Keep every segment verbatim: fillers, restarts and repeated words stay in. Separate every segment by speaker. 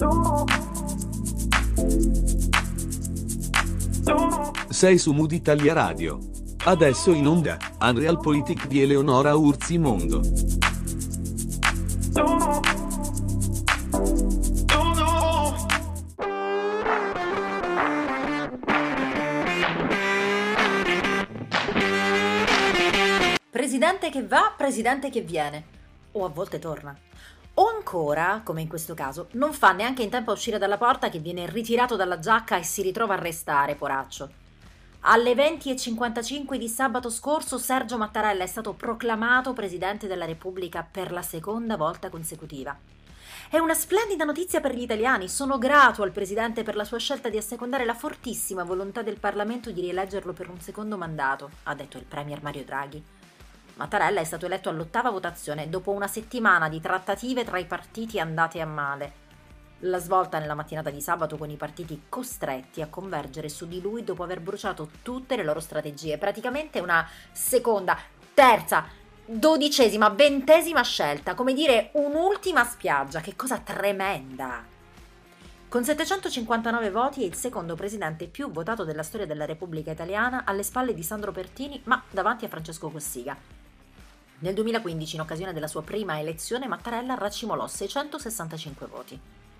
Speaker 1: Sei su Mood Italia Radio. Adesso in onda, Unreal Politic di Eleonora Urzi Mondo.
Speaker 2: Presidente che va, presidente che viene. O a volte torna. O ancora, come in questo caso, non fa neanche in tempo a uscire dalla porta che viene ritirato dalla giacca e si ritrova a restare, poraccio. Alle venti e cinquantacinque di sabato scorso Sergio Mattarella è stato proclamato Presidente della Repubblica per la seconda volta consecutiva. È una splendida notizia per gli italiani, sono grato al Presidente per la sua scelta di assecondare la fortissima volontà del Parlamento di rieleggerlo per un secondo mandato, ha detto il Premier Mario Draghi. Mattarella è stato eletto all'ottava votazione dopo una settimana di trattative tra i partiti andate a male. La svolta nella mattinata di sabato con i partiti costretti a convergere su di lui dopo aver bruciato tutte le loro strategie. Praticamente una seconda, terza, dodicesima, ventesima scelta, come dire un'ultima spiaggia. Che cosa tremenda! Con settecentocinquantanove voti è il secondo presidente più votato della storia della Repubblica Italiana, alle spalle di Sandro Pertini, ma davanti a Francesco Cossiga. Nel duemilaquindici, in occasione della sua prima elezione, Mattarella racimolò seicentosessantacinque voti.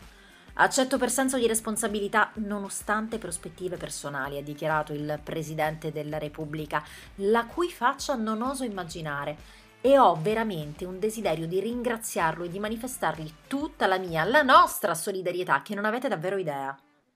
Speaker 2: Accetto per senso di responsabilità, nonostante prospettive personali, ha dichiarato il Presidente della Repubblica, la cui faccia non oso immaginare, e ho veramente un desiderio di ringraziarlo e di manifestargli tutta la mia, la nostra solidarietà, che non avete davvero idea.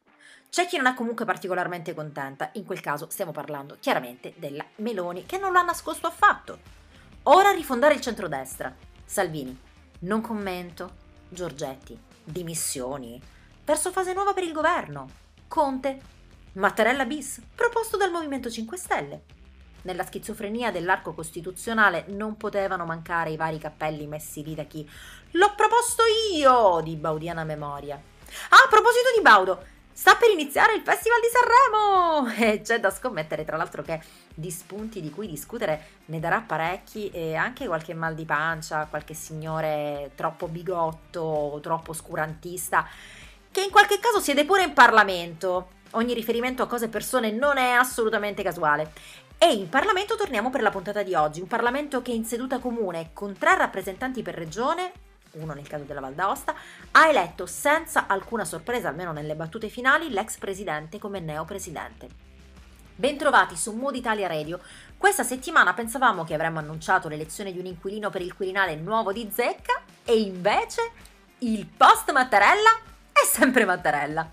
Speaker 2: C'è chi non è comunque particolarmente contenta, in quel caso stiamo parlando chiaramente della Meloni, che non l'ha nascosto affatto. Ora rifondare il centrodestra. Salvini, non commento. Giorgetti, dimissioni. Verso fase nuova per il governo. Conte, Mattarella bis, proposto dal Movimento cinque Stelle. Nella schizofrenia dell'arco costituzionale non potevano mancare i vari cappelli messi lì da chi «L'ho proposto io!» di baudiana memoria. Ah, a proposito di Baudo, sta per iniziare il Festival di Sanremo! E c'è da scommettere, tra l'altro, che di spunti di cui discutere ne darà parecchi e anche qualche mal di pancia, qualche signore troppo bigotto, troppo oscurantista, che in qualche caso siede pure in Parlamento. Ogni riferimento a cose e persone non è assolutamente casuale. E in Parlamento torniamo per la puntata di oggi, un Parlamento che in seduta comune, con tre rappresentanti per regione, uno nel caso della Val d'Aosta, ha eletto senza alcuna sorpresa, almeno nelle battute finali, l'ex presidente come neopresidente. Bentrovati su Mood Italia Radio. Questa settimana pensavamo che avremmo annunciato l'elezione di un inquilino per il Quirinale nuovo di zecca, e invece il post Mattarella è sempre Mattarella.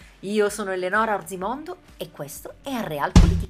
Speaker 2: Io sono Eleonora Orzimondo e questo è Unreal Politic.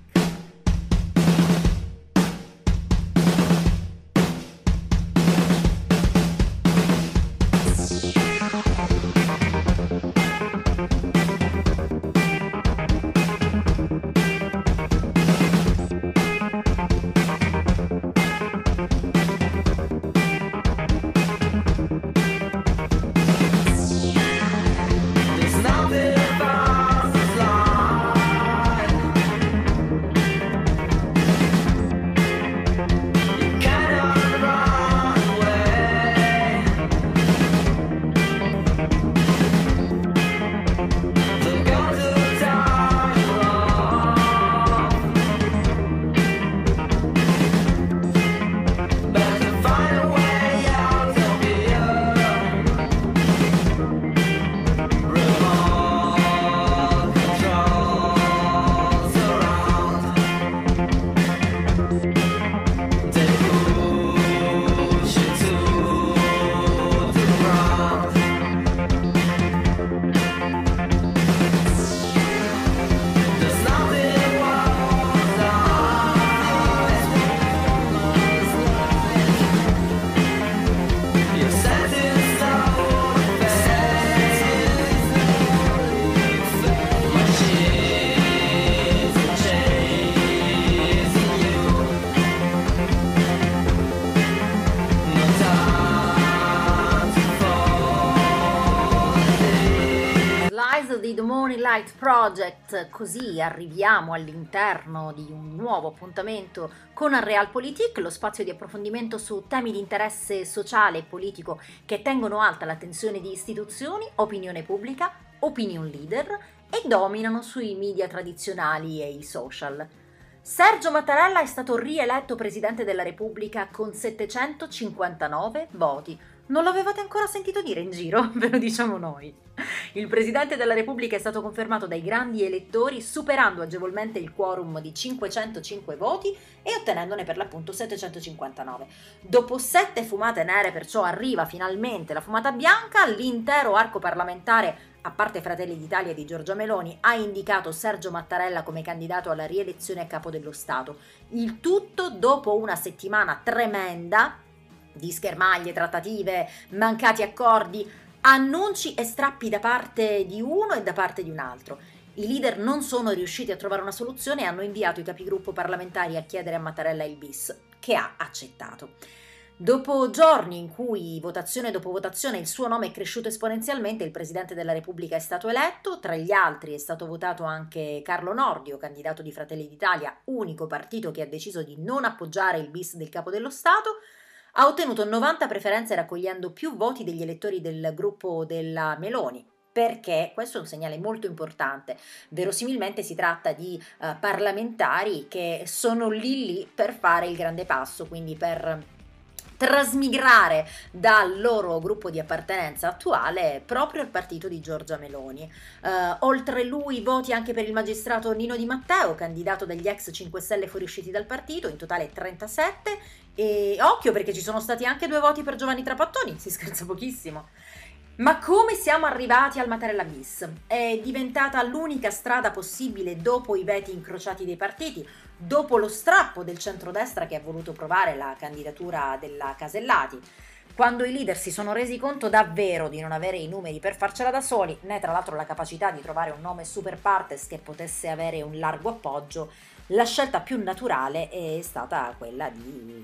Speaker 2: Rise of the Domoni Light Project, così arriviamo all'interno di un nuovo appuntamento con Realpolitik, lo spazio di approfondimento su temi di interesse sociale e politico che tengono alta l'attenzione di istituzioni, opinione pubblica, opinion leader e dominano sui media tradizionali e i social. Sergio Mattarella è stato rieletto Presidente della Repubblica con settecentocinquantanove voti. Non l'avevate ancora sentito dire in giro? Ve lo diciamo noi. Il Presidente della Repubblica è stato confermato dai grandi elettori superando agevolmente il quorum di cinquecentocinque voti e ottenendone per l'appunto settecentocinquantanove. Dopo sette fumate nere perciò arriva finalmente la fumata bianca, l'intero arco parlamentare a parte Fratelli d'Italia di Giorgia Meloni, ha indicato Sergio Mattarella come candidato alla rielezione a capo dello Stato. Il tutto dopo una settimana tremenda di schermaglie, trattative, mancati accordi, annunci e strappi da parte di uno e da parte di un altro. I leader non sono riusciti a trovare una soluzione e hanno inviato i capigruppo parlamentari a chiedere a Mattarella il bis, che ha accettato. Dopo giorni in cui, votazione dopo votazione, il suo nome è cresciuto esponenzialmente, il Presidente della Repubblica è stato eletto. Tra gli altri è stato votato anche Carlo Nordio, candidato di Fratelli d'Italia, unico partito che ha deciso di non appoggiare il bis del Capo dello Stato. Ha ottenuto novanta preferenze raccogliendo più voti degli elettori del gruppo della Meloni. Perché questo è un segnale molto importante, verosimilmente si tratta di uh, parlamentari che sono lì lì per fare il grande passo, quindi per trasmigrare dal loro gruppo di appartenenza attuale proprio al partito di Giorgia Meloni. Uh, oltre lui voti anche per il magistrato Nino Di Matteo, candidato dagli ex cinque Stelle fuoriusciti dal partito, in totale trentasette, e occhio perché ci sono stati anche due voti per Giovanni Trapattoni, si scherza pochissimo. Ma come siamo arrivati al Mattarella bis? È diventata l'unica strada possibile dopo i veti incrociati dei partiti, dopo lo strappo del centrodestra che ha voluto provare la candidatura della Casellati, quando i leader si sono resi conto davvero di non avere i numeri per farcela da soli, né tra l'altro la capacità di trovare un nome super partes che potesse avere un largo appoggio. La scelta più naturale è stata quella di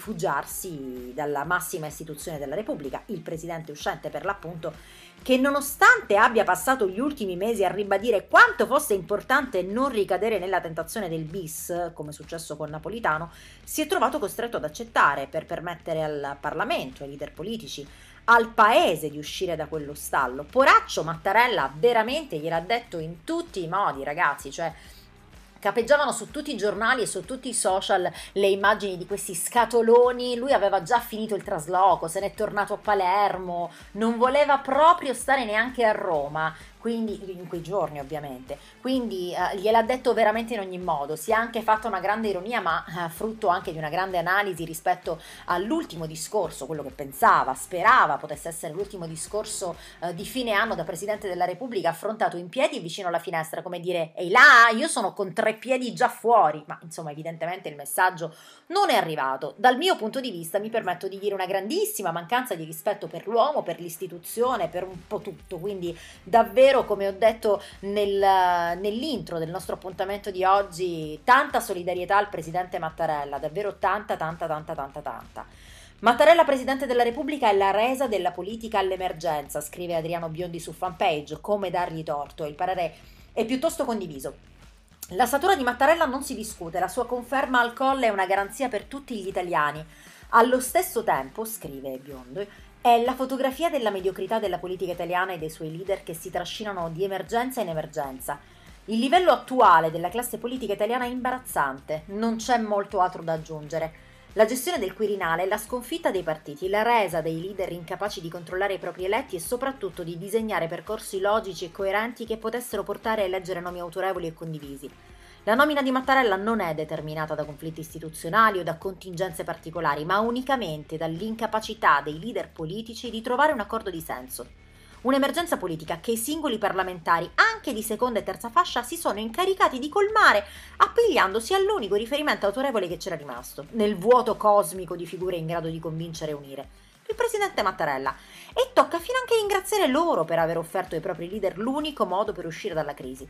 Speaker 2: rifugiarsi dalla massima istituzione della Repubblica, il presidente uscente per l'appunto, che nonostante abbia passato gli ultimi mesi a ribadire quanto fosse importante non ricadere nella tentazione del bis, come è successo con Napolitano, si è trovato costretto ad accettare per permettere al Parlamento, ai leader politici, al paese di uscire da quello stallo. Poraccio Mattarella veramente gliel'ha detto in tutti i modi, ragazzi, cioè capeggiavano su tutti i giornali e su tutti i social le immagini di questi scatoloni. Lui aveva già finito il trasloco, se n'è tornato a Palermo, non voleva proprio stare neanche a Roma, quindi in quei giorni ovviamente, quindi eh, gliel'ha detto veramente in ogni modo. Si è anche fatta una grande ironia, ma eh, frutto anche di una grande analisi rispetto all'ultimo discorso, quello che pensava, sperava potesse essere l'ultimo discorso eh, di fine anno da Presidente della Repubblica, affrontato in piedi vicino alla finestra, come dire: ehi là, io sono con tre piedi già fuori. Ma insomma evidentemente il messaggio non è arrivato. Dal mio punto di vista mi permetto di dire una grandissima mancanza di rispetto per l'uomo, per l'istituzione, per un po' tutto, quindi davvero, come ho detto nel, nell'intro del nostro appuntamento di oggi, tanta solidarietà al presidente Mattarella, davvero tanta tanta tanta tanta tanta. Mattarella Presidente della Repubblica è la resa della politica all'emergenza, scrive Adriano Biondi su fanpage. Come dargli torto? Il parere è piuttosto condiviso. La statura di Mattarella non si discute, la sua conferma al Colle è una garanzia per tutti gli italiani. Allo stesso tempo, scrive Biondi, è la fotografia della mediocrità della politica italiana e dei suoi leader che si trascinano di emergenza in emergenza. Il livello attuale della classe politica italiana è imbarazzante, non c'è molto altro da aggiungere. La gestione del Quirinale, la sconfitta dei partiti, la resa dei leader incapaci di controllare i propri eletti e soprattutto di disegnare percorsi logici e coerenti che potessero portare a eleggere nomi autorevoli e condivisi. La nomina di Mattarella non è determinata da conflitti istituzionali o da contingenze particolari, ma unicamente dall'incapacità dei leader politici di trovare un accordo di senso. Un'emergenza politica che i singoli parlamentari, anche di seconda e terza fascia, si sono incaricati di colmare, appigliandosi all'unico riferimento autorevole che c'era rimasto, nel vuoto cosmico di figure in grado di convincere e unire: il presidente Mattarella. E tocca finanche ringraziare loro per aver offerto ai propri leader l'unico modo per uscire dalla crisi.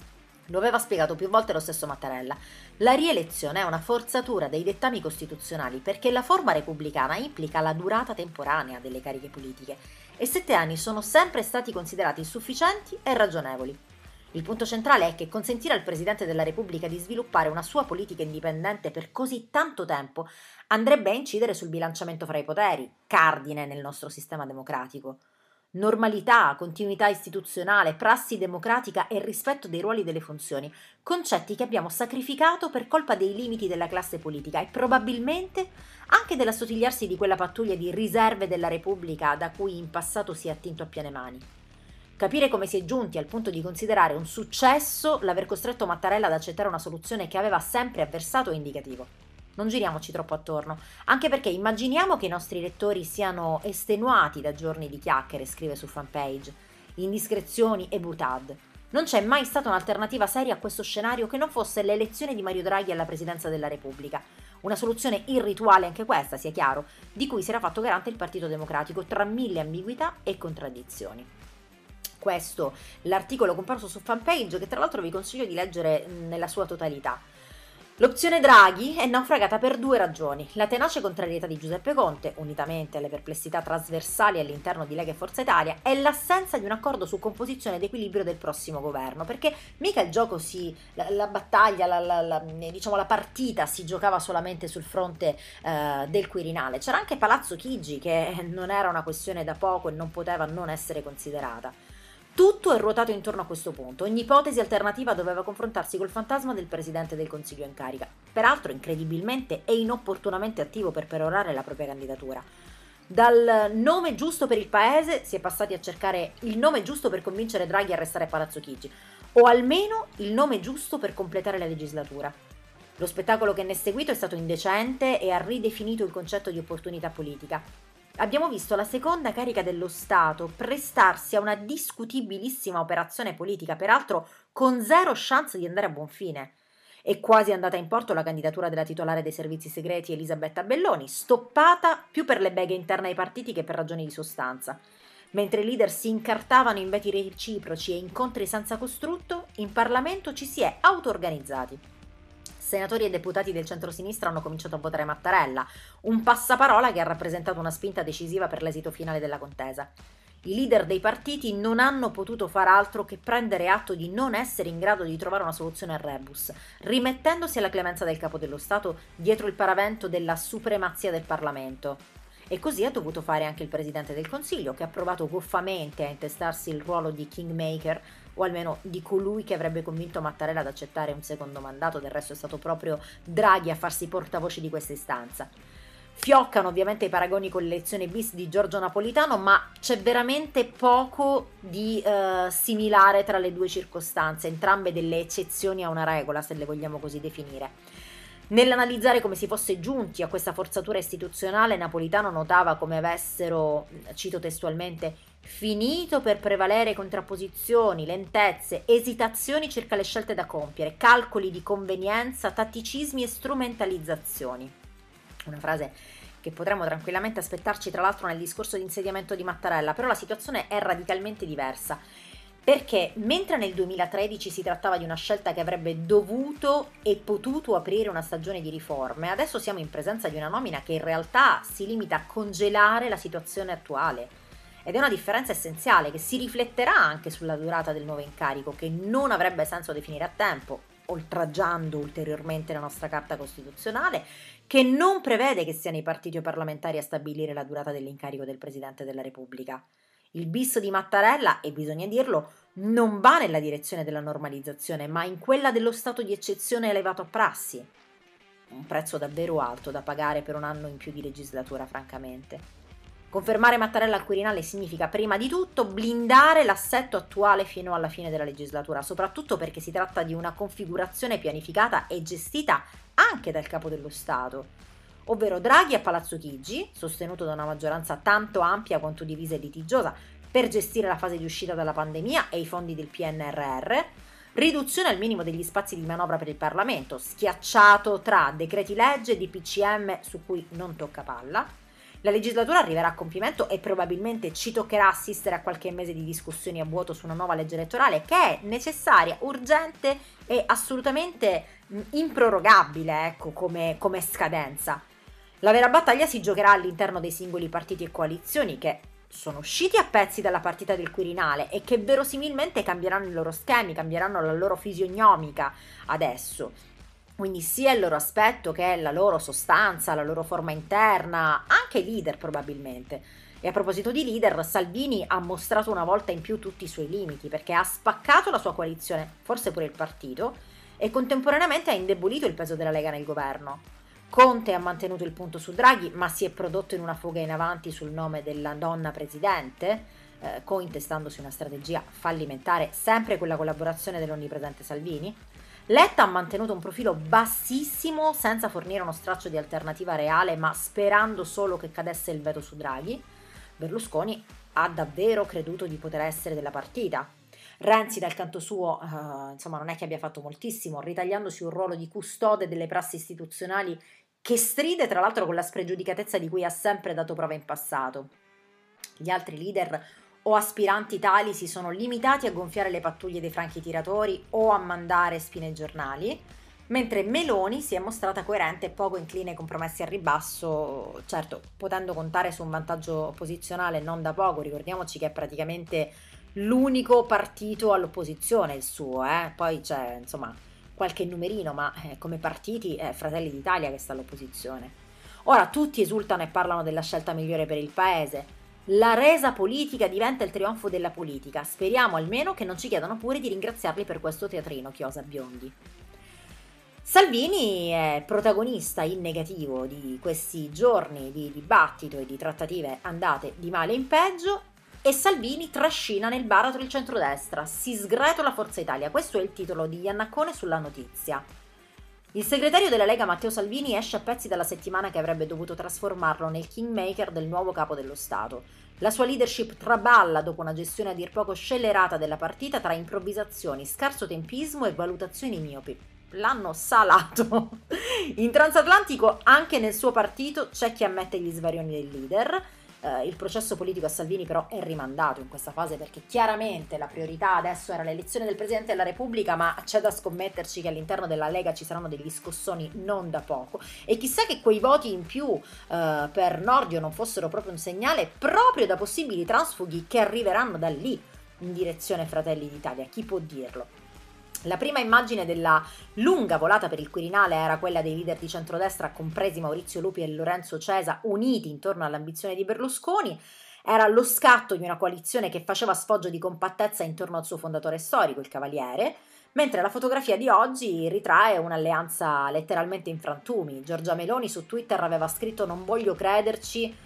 Speaker 2: Lo aveva spiegato più volte lo stesso Mattarella. La rielezione è una forzatura dei dettami costituzionali perché la forma repubblicana implica la durata temporanea delle cariche politiche e sette anni sono sempre stati considerati sufficienti e ragionevoli. Il punto centrale è che consentire al Presidente della Repubblica di sviluppare una sua politica indipendente per così tanto tempo andrebbe a incidere sul bilanciamento fra i poteri, cardine nel nostro sistema democratico. Normalità, continuità istituzionale, prassi democratica e rispetto dei ruoli e delle funzioni, concetti che abbiamo sacrificato per colpa dei limiti della classe politica e probabilmente anche dell'assottigliarsi di quella pattuglia di riserve della Repubblica da cui in passato si è attinto a piene mani. Capire come si è giunti al punto di considerare un successo l'aver costretto Mattarella ad accettare una soluzione che aveva sempre avversato è indicativo. Non giriamoci troppo attorno, anche perché immaginiamo che i nostri lettori siano estenuati da giorni di chiacchiere, scrive su fanpage, indiscrezioni e boutade. Non c'è mai stata un'alternativa seria a questo scenario che non fosse l'elezione di Mario Draghi alla presidenza della Repubblica. Una soluzione irrituale anche questa, sia chiaro, di cui si era fatto garante il Partito Democratico tra mille ambiguità e contraddizioni. Questo l'articolo comparso su fanpage, che tra l'altro vi consiglio di leggere nella sua totalità. L'opzione Draghi è naufragata per due ragioni: la tenace contrarietà di Giuseppe Conte, unitamente alle perplessità trasversali all'interno di Lega e Forza Italia, e l'assenza di un accordo su composizione ed equilibrio del prossimo governo, perché mica il gioco si, la, la battaglia, la, la, la, diciamo la partita si giocava solamente sul fronte eh, del Quirinale, c'era anche Palazzo Chigi, che non era una questione da poco e non poteva non essere considerata. Tutto è ruotato intorno a questo punto. Ogni ipotesi alternativa doveva confrontarsi col fantasma del Presidente del Consiglio in carica, peraltro incredibilmente e inopportunamente attivo per perorare la propria candidatura. Dal nome giusto per il paese si è passati a cercare il nome giusto per convincere Draghi a restare a Palazzo Chigi, o almeno il nome giusto per completare la legislatura. Lo spettacolo che ne è seguito è stato indecente e ha ridefinito il concetto di opportunità politica. Abbiamo visto la seconda carica dello Stato prestarsi a una discutibilissima operazione politica, peraltro con zero chance di andare a buon fine. È quasi andata in porto la candidatura della titolare dei servizi segreti Elisabetta Belloni, stoppata più per le beghe interne ai partiti che per ragioni di sostanza. Mentre i leader si incartavano in veti reciproci e incontri senza costrutto, in Parlamento ci si è auto-organizzati. Senatori e deputati del centrosinistra hanno cominciato a votare Mattarella, un passaparola che ha rappresentato una spinta decisiva per l'esito finale della contesa. I leader dei partiti non hanno potuto far altro che prendere atto di non essere in grado di trovare una soluzione al rebus, rimettendosi alla clemenza del capo dello Stato dietro il paravento della supremazia del Parlamento. E così ha dovuto fare anche il Presidente del Consiglio, che ha provato goffamente a intestarsi il ruolo di kingmaker, o almeno di colui che avrebbe convinto Mattarella ad accettare un secondo mandato. Del resto è stato proprio Draghi a farsi portavoce di questa istanza. Fioccano ovviamente i paragoni con l'elezione bis di Giorgio Napolitano, ma c'è veramente poco di eh, similare tra le due circostanze, entrambe delle eccezioni a una regola, se le vogliamo così definire. Nell'analizzare come si fosse giunti a questa forzatura istituzionale, Napolitano notava come avessero, cito testualmente, finito per prevalere contrapposizioni, lentezze, esitazioni circa le scelte da compiere, calcoli di convenienza, tatticismi e strumentalizzazioni. Una frase che potremmo tranquillamente aspettarci tra l'altro nel discorso di insediamento di Mattarella, però la situazione è radicalmente diversa. Perché mentre nel duemilatredici si trattava di una scelta che avrebbe dovuto e potuto aprire una stagione di riforme, adesso siamo in presenza di una nomina che in realtà si limita a congelare la situazione attuale. Ed è una differenza essenziale che si rifletterà anche sulla durata del nuovo incarico, che non avrebbe senso definire a tempo, oltraggiando ulteriormente la nostra Carta Costituzionale, che non prevede che siano i partiti o parlamentari a stabilire la durata dell'incarico del Presidente della Repubblica. Il bis di Mattarella, e bisogna dirlo, non va nella direzione della normalizzazione, ma in quella dello stato di eccezione elevato a prassi. Un prezzo davvero alto da pagare per un anno in più di legislatura, francamente. Confermare Mattarella al Quirinale significa prima di tutto blindare l'assetto attuale fino alla fine della legislatura, soprattutto perché si tratta di una configurazione pianificata e gestita anche dal Capo dello Stato, ovvero Draghi a Palazzo Chigi, sostenuto da una maggioranza tanto ampia quanto divisa e litigiosa, per gestire la fase di uscita dalla pandemia e i fondi del P N R R, riduzione al minimo degli spazi di manovra per il Parlamento, schiacciato tra decreti legge e D P C M su cui non tocca palla. La legislatura arriverà a compimento e probabilmente ci toccherà assistere a qualche mese di discussioni a vuoto su una nuova legge elettorale che è necessaria, urgente e assolutamente improrogabile, ecco, come, come scadenza. La vera battaglia si giocherà all'interno dei singoli partiti e coalizioni che, sono usciti a pezzi dalla partita del Quirinale e che verosimilmente cambieranno i loro schemi, cambieranno la loro fisionomica adesso. Quindi sia il loro aspetto che la loro sostanza, la loro forma interna, anche i leader probabilmente. E a proposito di leader, Salvini ha mostrato una volta in più tutti i suoi limiti, perché ha spaccato la sua coalizione, forse pure il partito, e contemporaneamente ha indebolito il peso della Lega nel governo. Conte ha mantenuto il punto su Draghi, ma si è prodotto in una fuga in avanti sul nome della donna presidente, eh, cointestandosi una strategia fallimentare, sempre con la collaborazione dell'onnipresente Salvini. Letta ha mantenuto un profilo bassissimo senza fornire uno straccio di alternativa reale, ma sperando solo che cadesse il veto su Draghi. Berlusconi ha davvero creduto di poter essere della partita. Renzi dal canto suo, uh, insomma, non è che abbia fatto moltissimo, ritagliandosi un ruolo di custode delle prassi istituzionali che stride tra l'altro con la spregiudicatezza di cui ha sempre dato prova in passato. Gli altri leader o aspiranti tali si sono limitati a gonfiare le pattuglie dei franchi tiratori o a mandare spine ai giornali, mentre Meloni si è mostrata coerente e poco incline ai compromessi al ribasso, certo potendo contare su un vantaggio posizionale non da poco. Ricordiamoci che è praticamente l'unico partito all'opposizione il suo, eh? Poi c'è insomma qualche numerino, ma eh, come partiti è Fratelli d'Italia che sta all'opposizione. Ora tutti esultano e parlano della scelta migliore per il paese. La resa politica diventa il trionfo della politica. Speriamo almeno che non ci chiedano pure di ringraziarli per questo teatrino, chiosa Biondi. Salvini è protagonista in negativo di questi giorni di dibattito e di trattative andate di male in peggio, e Salvini trascina nel baratro il centrodestra, si sgretola Forza Italia. Questo è il titolo di Iannaccone sulla Notizia. Il segretario della Lega Matteo Salvini esce a pezzi dalla settimana che avrebbe dovuto trasformarlo nel kingmaker del nuovo capo dello Stato. La sua leadership traballa dopo una gestione a dir poco scellerata della partita tra improvvisazioni, scarso tempismo e valutazioni miopi. L'hanno salato. In transatlantico, anche nel suo partito, c'è chi ammette gli svarioni del leader. Uh, il processo politico a Salvini però è rimandato in questa fase, perché chiaramente la priorità adesso era l'elezione del Presidente della Repubblica, ma c'è da scommetterci che all'interno della Lega ci saranno degli scossoni non da poco, e chissà che quei voti in più uh, per Nordio non fossero proprio un segnale proprio da possibili transfughi che arriveranno da lì in direzione Fratelli d'Italia, chi può dirlo? La prima immagine della lunga volata per il Quirinale era quella dei leader di centrodestra, compresi Maurizio Lupi e Lorenzo Cesa, uniti intorno all'ambizione di Berlusconi. Era lo scatto di una coalizione che faceva sfoggio di compattezza intorno al suo fondatore storico, il Cavaliere, mentre la fotografia di oggi ritrae un'alleanza letteralmente in frantumi. Giorgia Meloni su Twitter aveva scritto «Non voglio crederci»,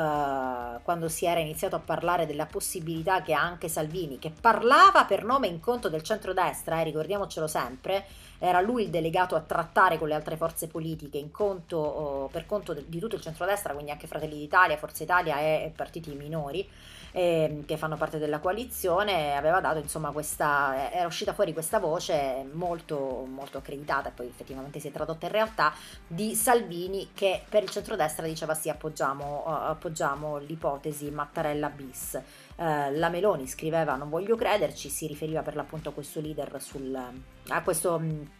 Speaker 2: Uh, quando si era iniziato a parlare della possibilità che anche Salvini, che parlava per nome in conto del centrodestra, eh, ricordiamocelo sempre, era lui il delegato a trattare con le altre forze politiche in conto, oh, per conto di tutto il centrodestra, quindi anche Fratelli d'Italia, Forza Italia e, e partiti minori eh, che fanno parte della coalizione, aveva dato insomma questa, era uscita fuori questa voce molto, molto accreditata, e poi effettivamente si è tradotta in realtà, di Salvini che per il centrodestra diceva sì, appoggiamo, uh, appoggiamo l'ipotesi Mattarella bis. Uh, la Meloni scriveva «Non voglio crederci», si riferiva per l'appunto a questo leader, sul, a questo...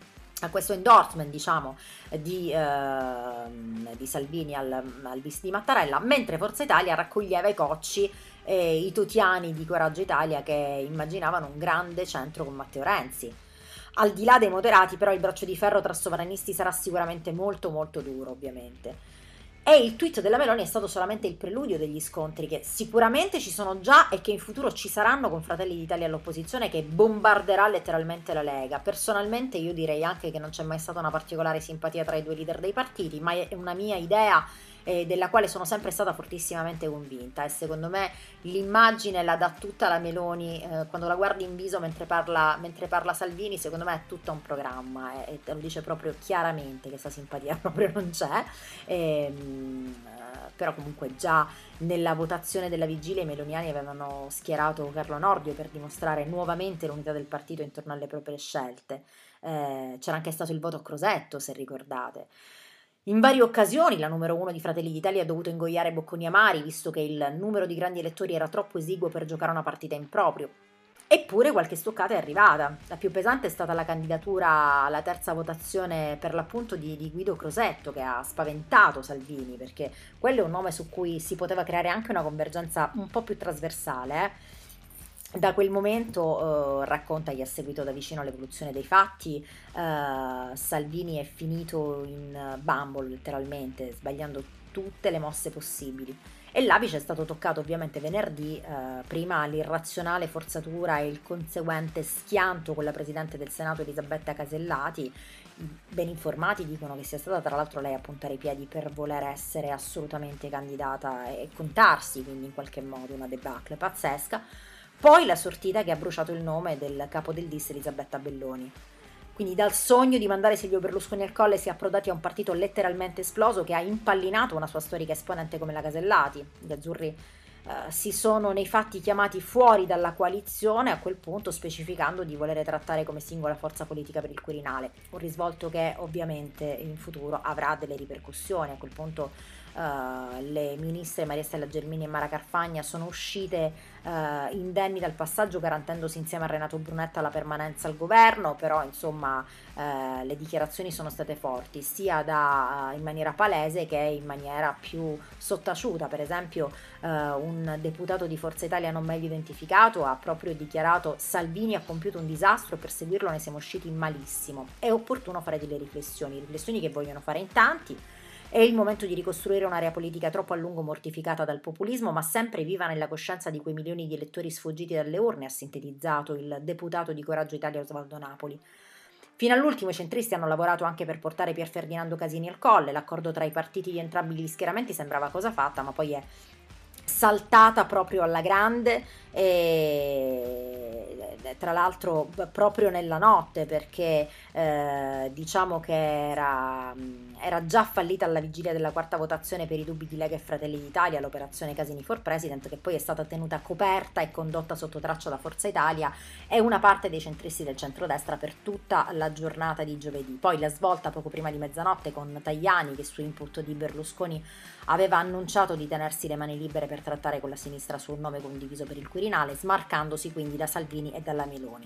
Speaker 2: a questo endorsement, diciamo, di, eh, di Salvini al, al bis di Mattarella, mentre Forza Italia raccoglieva i cocci e i totiani di Coraggio Italia che immaginavano un grande centro con Matteo Renzi. Al di là dei moderati, però, il braccio di ferro tra sovranisti sarà sicuramente molto molto duro, ovviamente. E il tweet della Meloni è stato solamente il preludio degli scontri che sicuramente ci sono già e che in futuro ci saranno con Fratelli d'Italia all'opposizione, che bombarderà letteralmente la Lega. Personalmente io direi anche che non c'è mai stata una particolare simpatia tra i due leader dei partiti, ma è una mia idea eh, della quale sono sempre stata fortissimamente convinta, e secondo me l'immagine la dà tutta la Meloni, eh, quando la guardi in viso mentre parla, mentre parla Salvini, secondo me è tutto un programma, eh, e te lo dice proprio chiaramente che questa simpatia proprio non c'è. E, però comunque già nella votazione della vigilia i meloniani avevano schierato Carlo Nordio per dimostrare nuovamente l'unità del partito intorno alle proprie scelte. Eh, c'era anche stato il voto a Crosetto, se ricordate. In varie occasioni la numero uno di Fratelli d'Italia ha dovuto ingoiare bocconi amari, visto che il numero di grandi elettori era troppo esiguo per giocare una partita in proprio. Eppure qualche stoccata è arrivata. La più pesante è stata la candidatura alla terza votazione per l'appunto di, di Guido Crosetto, che ha spaventato Salvini, perché quello è un nome su cui si poteva creare anche una convergenza un po' più trasversale. Eh. Da quel momento, eh, racconta chi ha seguito da vicino l'evoluzione dei fatti, eh, Salvini è finito in bambola letteralmente, sbagliando tutte le mosse possibili. E l'apice è stato toccato ovviamente venerdì, eh, prima l'irrazionale forzatura e il conseguente schianto con la Presidente del Senato Elisabetta Casellati. I ben informati dicono che sia stata tra l'altro lei a puntare i piedi per voler essere assolutamente candidata e contarsi, quindi in qualche modo una debacle pazzesca. Poi la sortita che ha bruciato il nome del capo del D I S Elisabetta Belloni. Quindi dal sogno di mandare Silvio Berlusconi al colle si è approdati a un partito letteralmente esploso che ha impallinato una sua storica esponente come la Casellati. Gli azzurri eh, si sono nei fatti chiamati fuori dalla coalizione, a quel punto specificando di volere trattare come singola forza politica per il Quirinale. Un risvolto che ovviamente in futuro avrà delle ripercussioni. A quel punto Uh, le ministre Maria Stella Gelmini e Mara Carfagna sono uscite uh, indenni dal passaggio, garantendosi insieme a Renato Brunetta la permanenza al governo, però insomma uh, le dichiarazioni sono state forti, sia da, uh, in maniera palese che in maniera più sottaciuta. Per esempio uh, un deputato di Forza Italia non meglio identificato ha proprio dichiarato: Salvini ha compiuto un disastro e per seguirlo ne siamo usciti malissimo. È opportuno fare delle riflessioni, riflessioni che vogliono fare in tanti. È il momento di ricostruire un'area politica troppo a lungo mortificata dal populismo, ma sempre viva nella coscienza di quei milioni di elettori sfuggiti dalle urne, ha sintetizzato il deputato di Coraggio Italia Osvaldo Napoli. Fino all'ultimo i centristi hanno lavorato anche per portare Pier Ferdinando Casini al colle. L'accordo tra i partiti di entrambi gli schieramenti sembrava cosa fatta, ma poi è saltata proprio alla grande, e tra l'altro proprio nella notte, perché eh, diciamo che era, era già fallita alla vigilia della quarta votazione per i dubbi di Lega e Fratelli d'Italia, l'operazione Casini for President, che poi è stata tenuta coperta e condotta sotto traccia da Forza Italia e una parte dei centristi del centrodestra per tutta la giornata di giovedì. Poi la svolta poco prima di mezzanotte con Tajani, che su input di Berlusconi aveva annunciato di tenersi le mani libere per trattare con la sinistra su un nome condiviso per il Quirinale, smarcandosi quindi da Salvini e dalla Meloni.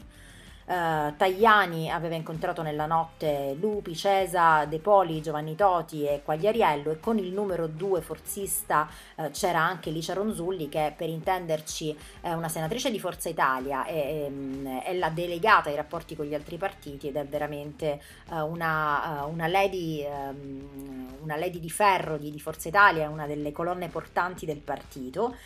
Speaker 2: Uh, Tajani aveva incontrato nella notte Lupi, Cesa, De Poli, Giovanni Toti e Quagliariello, e con il numero due forzista uh, c'era anche Licia Ronzulli, che per intenderci è una senatrice di Forza Italia e um, è la delegata ai rapporti con gli altri partiti ed è veramente uh, una, uh, una, lady, um, una lady di ferro di, di Forza Italia, è una delle colonne portanti del partito.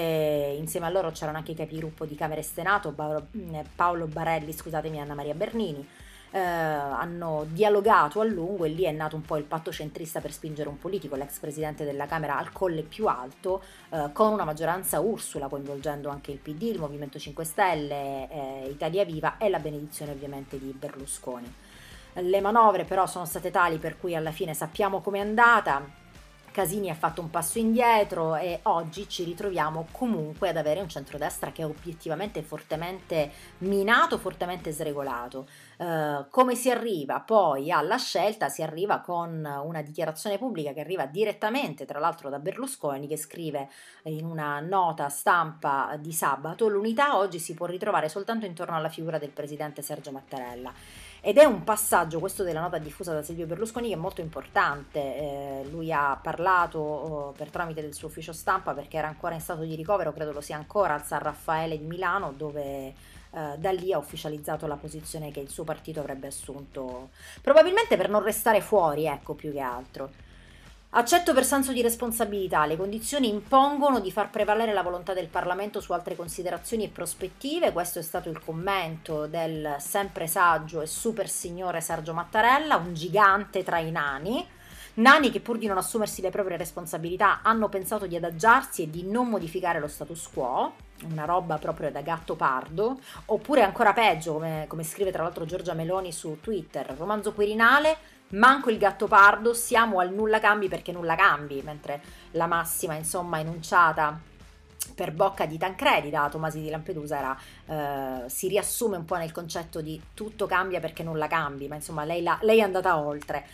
Speaker 2: E insieme a loro c'erano anche i capigruppo di Camera e Senato, Paolo Barelli, scusatemi, Anna Maria Bernini. Eh, hanno dialogato a lungo e lì è nato un po' il patto centrista per spingere un politico, l'ex presidente della Camera, al colle più alto, eh, con una maggioranza Ursula, coinvolgendo anche il P D, il Movimento cinque Stelle, eh, Italia Viva e la benedizione ovviamente di Berlusconi. Le manovre però sono state tali per cui alla fine sappiamo com'è andata. Casini ha fatto un passo indietro e oggi ci ritroviamo comunque ad avere un centrodestra che è obiettivamente fortemente minato, fortemente sregolato. Uh, come si arriva poi alla scelta? Si arriva con una dichiarazione pubblica che arriva direttamente, tra l'altro, da Berlusconi, che scrive in una nota stampa di sabato: l'unità oggi si può ritrovare soltanto intorno alla figura del presidente Sergio Mattarella. Ed è un passaggio, questo della nota diffusa da Silvio Berlusconi, che è molto importante. Eh, lui ha parlato oh, per tramite del suo ufficio stampa, perché era ancora in stato di ricovero, credo lo sia ancora, al San Raffaele di Milano, dove eh, da lì ha ufficializzato la posizione che il suo partito avrebbe assunto, probabilmente per non restare fuori, ecco, più che altro. Accetto per senso di responsabilità, le condizioni impongono di far prevalere la volontà del Parlamento su altre considerazioni e prospettive. Questo è stato il commento del sempre saggio e super signore Sergio Mattarella, un gigante tra i nani. Nani che, pur di non assumersi le proprie responsabilità, hanno pensato di adagiarsi e di non modificare lo status quo, una roba proprio da gatto pardo. Oppure ancora peggio, come, come scrive tra l'altro Giorgia Meloni su Twitter: romanzo Quirinale, manco il gatto pardo, siamo al nulla cambi perché nulla cambi, mentre la massima insomma enunciata per bocca di Tancredi da Tomasi di Lampedusa era, eh, si riassume un po' nel concetto di tutto cambia perché nulla cambi, ma insomma lei, la, lei è andata oltre.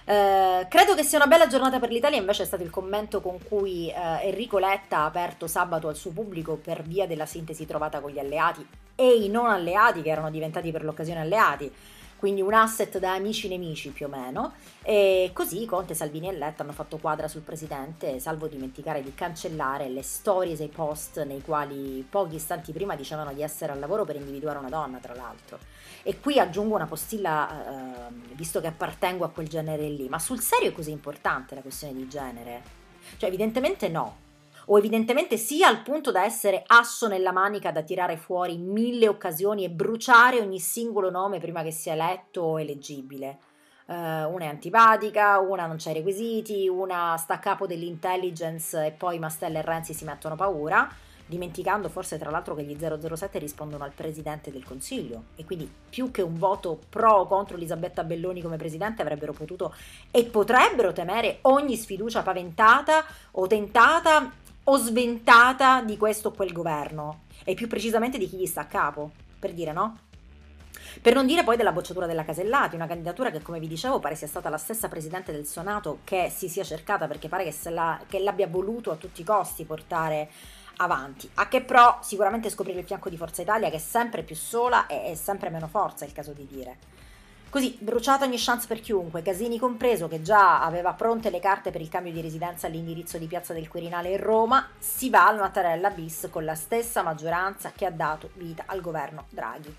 Speaker 2: Eh, credo che sia una bella giornata per l'Italia, invece è stato il commento con cui eh, Enrico Letta ha aperto sabato al suo pubblico per via della sintesi trovata con gli alleati e i non alleati che erano diventati per l'occasione alleati, quindi un asset da amici nemici più o meno, e così Conte, Salvini e Letta hanno fatto quadra sul presidente, salvo dimenticare di cancellare le stories e i post nei quali pochi istanti prima dicevano di essere al lavoro per individuare una donna, tra l'altro. E qui aggiungo una postilla, eh, visto che appartengo a quel genere lì, ma sul serio è così importante la questione di genere? Cioè evidentemente no, o evidentemente sì, al punto da essere asso nella manica da tirare fuori in mille occasioni e bruciare ogni singolo nome prima che sia eletto o eleggibile. Uh, una è antipatica, una non c'ha i requisiti, una sta a capo dell'intelligence e poi Mastella e Renzi si mettono paura, dimenticando forse tra l'altro che gli zero zero sette rispondono al Presidente del Consiglio e quindi più che un voto pro o contro Elisabetta Belloni come Presidente avrebbero potuto e potrebbero temere ogni sfiducia paventata o tentata o sventata di questo o quel governo e più precisamente di chi gli sta a capo, per dire no? Per non dire poi della bocciatura della Casellati, una candidatura che, come vi dicevo, pare sia stata la stessa Presidente del Senato che si sia cercata, perché pare che, se la, che l'abbia voluto a tutti i costi portare avanti. A che pro sicuramente scoprire il fianco di Forza Italia, che è sempre più sola e è sempre meno forza, è il caso di dire. Così, bruciata ogni chance per chiunque, Casini compreso, che già aveva pronte le carte per il cambio di residenza all'indirizzo di Piazza del Quirinale in Roma, si va al Mattarella bis con la stessa maggioranza che ha dato vita al governo Draghi.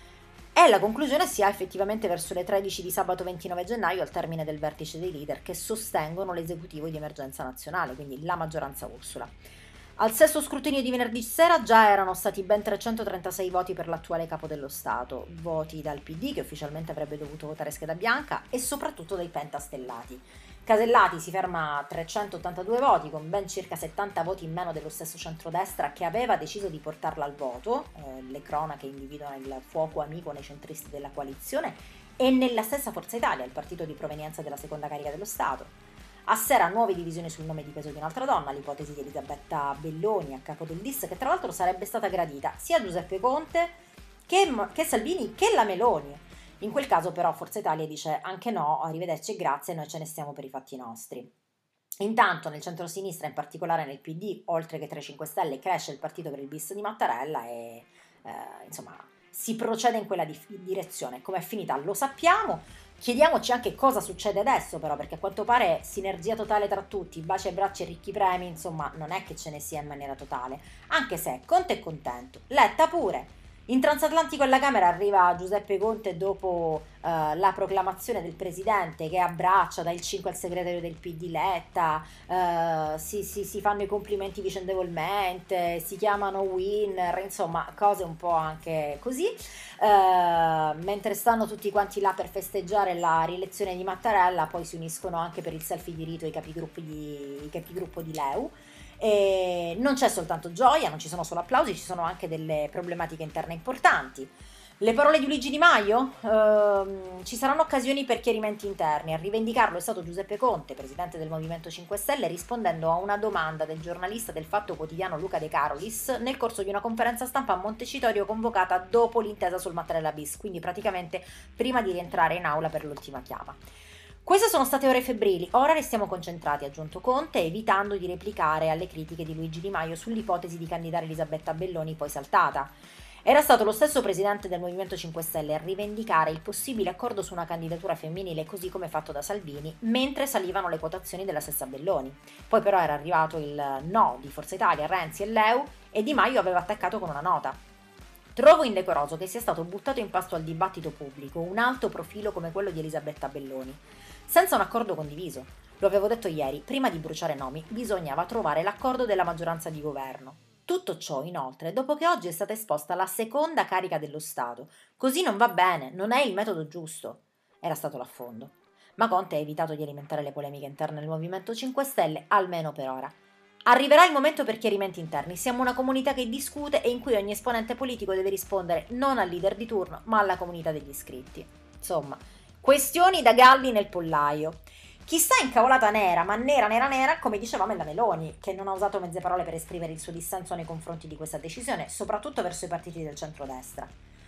Speaker 2: E la conclusione si ha effettivamente verso le tredici di sabato ventinove gennaio, al termine del vertice dei leader che sostengono l'esecutivo di emergenza nazionale, quindi la maggioranza Ursula. Al sesto scrutinio di venerdì sera già erano stati ben trecentotrentasei voti per l'attuale capo dello Stato, voti dal P D che ufficialmente avrebbe dovuto votare scheda bianca e soprattutto dai pentastellati. Casellati si ferma a trecentottantadue voti, con ben circa settanta voti in meno dello stesso centrodestra che aveva deciso di portarla al voto, eh, le cronache individuano il fuoco amico nei centristi della coalizione, e nella stessa Forza Italia, il partito di provenienza della seconda carica dello Stato. A sera nuove divisioni sul nome di peso di un'altra donna, l'ipotesi di Elisabetta Belloni a capo del D I S, che tra l'altro sarebbe stata gradita sia a Giuseppe Conte che, che Salvini che la Meloni. In quel caso però Forza Italia dice anche no, arrivederci e grazie, noi ce ne stiamo per i fatti nostri. Intanto nel centro-sinistra, in particolare nel P D, oltre che tra i cinque Stelle, cresce il partito per il bis di Mattarella e eh, insomma si procede in quella di- direzione. Com'è finita lo sappiamo. Chiediamoci anche cosa succede adesso però, perché a quanto pare sinergia totale tra tutti, baci e braccia e ricchi premi, insomma non è che ce ne sia in maniera totale, anche se Conte è contento, Letta pure. In transatlantico alla Camera arriva Giuseppe Conte dopo eh, la proclamazione del presidente che abbraccia, dà il cinque al segretario del P D Letta, eh, si, si, si fanno i complimenti vicendevolmente, si chiamano winner, insomma cose un po' anche così, eh, mentre stanno tutti quanti là per festeggiare la rielezione di Mattarella, poi si uniscono anche per il selfie di rito i capigruppo di, i capigruppo di Leu. E non c'è soltanto gioia, non ci sono solo applausi, ci sono anche delle problematiche interne importanti. Le parole di Luigi Di Maio? Ehm, ci saranno occasioni per chiarimenti interni. A rivendicarlo è stato Giuseppe Conte, presidente del Movimento cinque Stelle, rispondendo a una domanda del giornalista del Fatto Quotidiano Luca De Carolis nel corso di una conferenza stampa a Montecitorio convocata dopo l'intesa sul Mattarella bis, quindi praticamente prima di rientrare in aula per l'ultima chiama. Queste sono state ore febbrili, ora restiamo concentrati, ha aggiunto Conte, evitando di replicare alle critiche di Luigi Di Maio sull'ipotesi di candidare Elisabetta Belloni, poi saltata. Era stato lo stesso presidente del Movimento cinque Stelle a rivendicare il possibile accordo su una candidatura femminile, così come fatto da Salvini, mentre salivano le quotazioni della stessa Belloni. Poi però era arrivato il no di Forza Italia, Renzi e Leu, e Di Maio aveva attaccato con una nota. Trovo indecoroso che sia stato buttato in pasto al dibattito pubblico un alto profilo come quello di Elisabetta Belloni, senza un accordo condiviso. Lo avevo detto ieri, prima di bruciare nomi bisognava trovare l'accordo della maggioranza di governo. Tutto ciò, inoltre, dopo che oggi è stata esposta la seconda carica dello Stato. Così non va bene, non è il metodo giusto. Era stato l'affondo. Ma Conte ha evitato di alimentare le polemiche interne del Movimento cinque Stelle, almeno per ora. Arriverà il momento per chiarimenti interni. Siamo una comunità che discute e in cui ogni esponente politico deve rispondere non al leader di turno, ma alla comunità degli iscritti. Insomma, questioni da galli nel pollaio. Chi sta incavolata nera, ma nera, nera, nera, come diceva Mella Meloni, che non ha usato mezze parole per esprimere il suo dissenso nei confronti di questa decisione, soprattutto verso i partiti del centrodestra.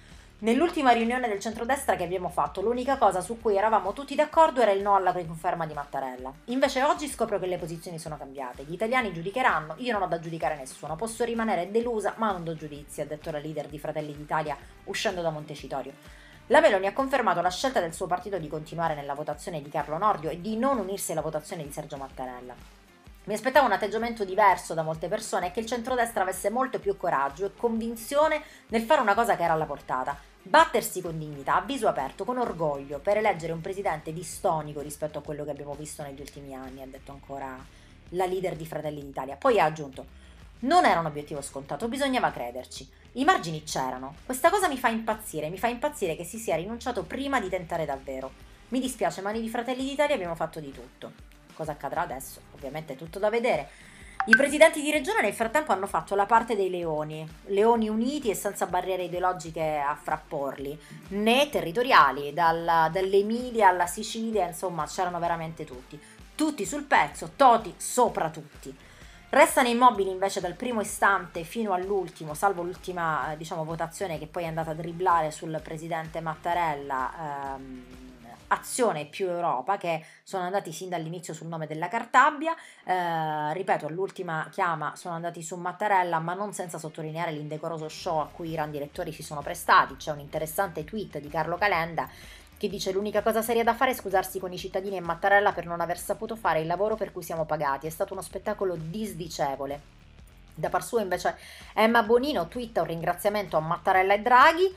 Speaker 2: Nell'ultima riunione del centrodestra che abbiamo fatto, l'unica cosa su cui eravamo tutti d'accordo era il no alla riconferma di Mattarella. Invece oggi scopro che le posizioni sono cambiate. Gli italiani giudicheranno, io non ho da giudicare nessuno. Posso rimanere delusa, ma non do giudizi, ha detto la leader di Fratelli d'Italia uscendo da Montecitorio. La Meloni ha confermato la scelta del suo partito di continuare nella votazione di Carlo Nordio e di non unirsi alla votazione di Sergio Mattarella. Mi aspettavo un atteggiamento diverso da molte persone e che il centrodestra avesse molto più coraggio e convinzione nel fare una cosa che era alla portata. Battersi con dignità, a viso aperto, con orgoglio, per eleggere un presidente distonico rispetto a quello che abbiamo visto negli ultimi anni, ha detto ancora la leader di Fratelli d'Italia. Poi ha aggiunto: non era un obiettivo scontato, bisognava crederci. I margini c'erano. Questa cosa mi fa impazzire, mi fa impazzire che si sia rinunciato prima di tentare davvero. Mi dispiace, ma noi di Fratelli d'Italia abbiamo fatto di tutto. Cosa accadrà adesso? Ovviamente è tutto da vedere. I presidenti di regione nel frattempo hanno fatto la parte dei leoni, leoni uniti e senza barriere ideologiche a frapporli, né territoriali, dalla, dall'Emilia alla Sicilia, insomma c'erano veramente tutti. Tutti sul pezzo, Toti sopra tutti. Restano immobili invece dal primo istante fino all'ultimo, salvo l'ultima diciamo, votazione che poi è andata a dribblare sul presidente Mattarella, ehm, Azione più Europa, che sono andati sin dall'inizio sul nome della Cartabia, eh, ripeto, all'ultima chiama sono andati su Mattarella, ma non senza sottolineare l'indecoroso show a cui i grandi elettori si sono prestati. C'è un interessante tweet di Carlo Calenda che dice: l'unica cosa seria da fare è scusarsi con i cittadini e Mattarella per non aver saputo fare il lavoro per cui siamo pagati, è stato uno spettacolo disdicevole. Da par suo invece Emma Bonino twitta un ringraziamento a Mattarella e Draghi.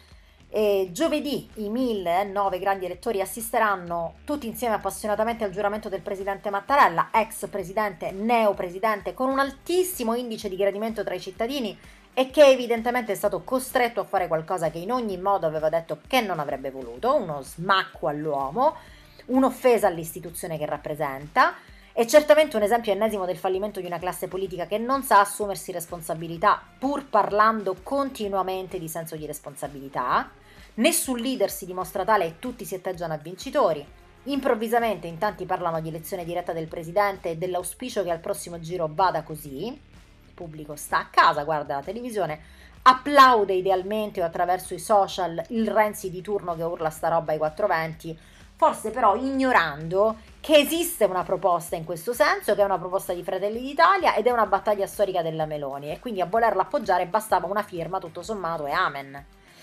Speaker 2: E giovedì i mille nove grandi elettori assisteranno tutti insieme appassionatamente al giuramento del presidente Mattarella, ex presidente, neopresidente, con un altissimo indice di gradimento tra i cittadini e che evidentemente è stato costretto a fare qualcosa che in ogni modo aveva detto che non avrebbe voluto, uno smacco all'uomo, un'offesa all'istituzione che rappresenta. È certamente un esempio ennesimo del fallimento di una classe politica che non sa assumersi responsabilità, pur parlando continuamente di senso di responsabilità. Nessun leader si dimostra tale e tutti si atteggiano a vincitori. Improvvisamente in tanti parlano di elezione diretta del presidente e dell'auspicio che al prossimo giro vada così. Il pubblico sta a casa, guarda la televisione, applaude idealmente o attraverso i social il Renzi di turno che urla sta roba ai quattrocentoventi, forse però ignorando che esiste una proposta in questo senso, che è una proposta di Fratelli d'Italia ed è una battaglia storica della Meloni, e quindi a volerla appoggiare bastava una firma tutto sommato e amen.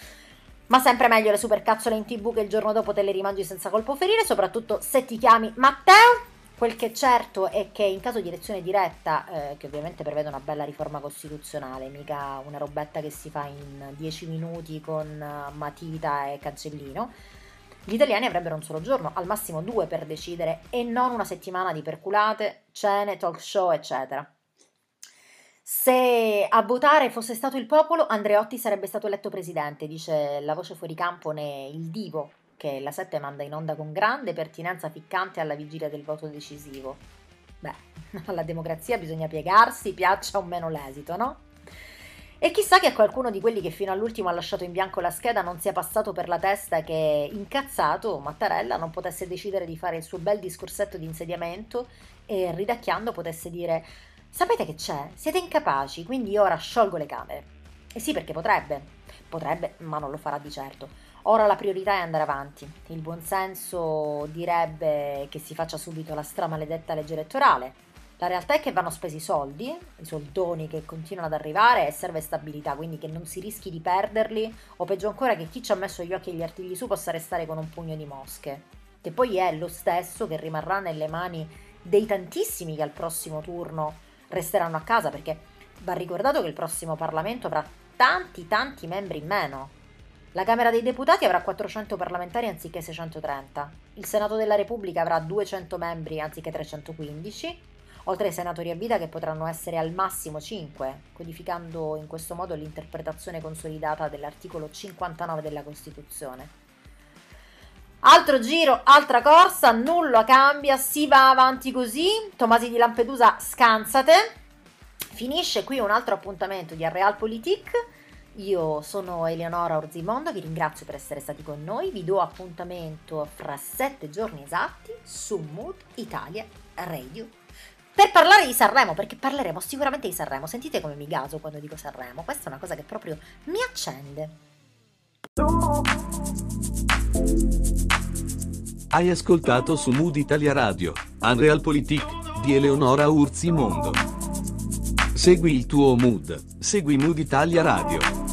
Speaker 2: Ma sempre meglio le supercazzole in tv che il giorno dopo te le rimangi senza colpo ferire, soprattutto se ti chiami Matteo. Quel che è certo è che in caso di elezione diretta, eh, che ovviamente prevede una bella riforma costituzionale, mica una robetta che si fa in dieci minuti con matita e cancellino, gli italiani avrebbero un solo giorno, al massimo due, per decidere e non una settimana di perculate, cene, talk show, eccetera. Se a votare fosse stato il popolo, Andreotti sarebbe stato eletto presidente, dice la voce fuori campo né il Divo, che la sette manda in onda con grande pertinenza ficcante alla vigilia del voto decisivo. Beh, alla democrazia bisogna piegarsi, piaccia o meno l'esito, no? E chissà che a qualcuno di quelli che fino all'ultimo ha lasciato in bianco la scheda non sia passato per la testa che, incazzato, Mattarella non potesse decidere di fare il suo bel discorsetto di insediamento e, ridacchiando, potesse dire: sapete che c'è? Siete incapaci, quindi ora sciolgo le Camere. E sì, perché potrebbe, potrebbe, ma non lo farà di certo. Ora la priorità è andare avanti. Il buonsenso direbbe che si faccia subito la stramaledetta legge elettorale. La realtà è che vanno spesi i soldi, i soldoni che continuano ad arrivare, e serve stabilità, quindi che non si rischi di perderli, o peggio ancora che chi ci ha messo gli occhi e gli artigli su possa restare con un pugno di mosche, che poi è lo stesso che rimarrà nelle mani dei tantissimi che al prossimo turno resteranno a casa, perché va ricordato che il prossimo Parlamento avrà tanti tanti membri in meno. La Camera dei Deputati avrà quattrocento parlamentari anziché seicentotrenta, il Senato della Repubblica avrà duecento membri anziché trecentoquindici, oltre ai senatori a vita che potranno essere al massimo cinque, codificando in questo modo l'interpretazione consolidata dell'articolo cinquantanove della Costituzione. Altro giro, altra corsa, nulla cambia, si va avanti così. Tomasi di Lampedusa, scansate. Finisce qui un altro appuntamento di Realpolitik. Io sono Eleonora Orzimondo, vi ringrazio per essere stati con noi, vi do appuntamento fra sette giorni esatti su Mood Italia Radio per parlare di Sanremo, perché parleremo sicuramente di Sanremo. Sentite come mi gaso quando dico Sanremo, questa è una cosa che proprio mi accende.
Speaker 1: Hai ascoltato su Mood Italia Radio, Unrealpolitik di Eleonora Urzi Mondo. Segui il tuo mood, segui Mood Italia Radio.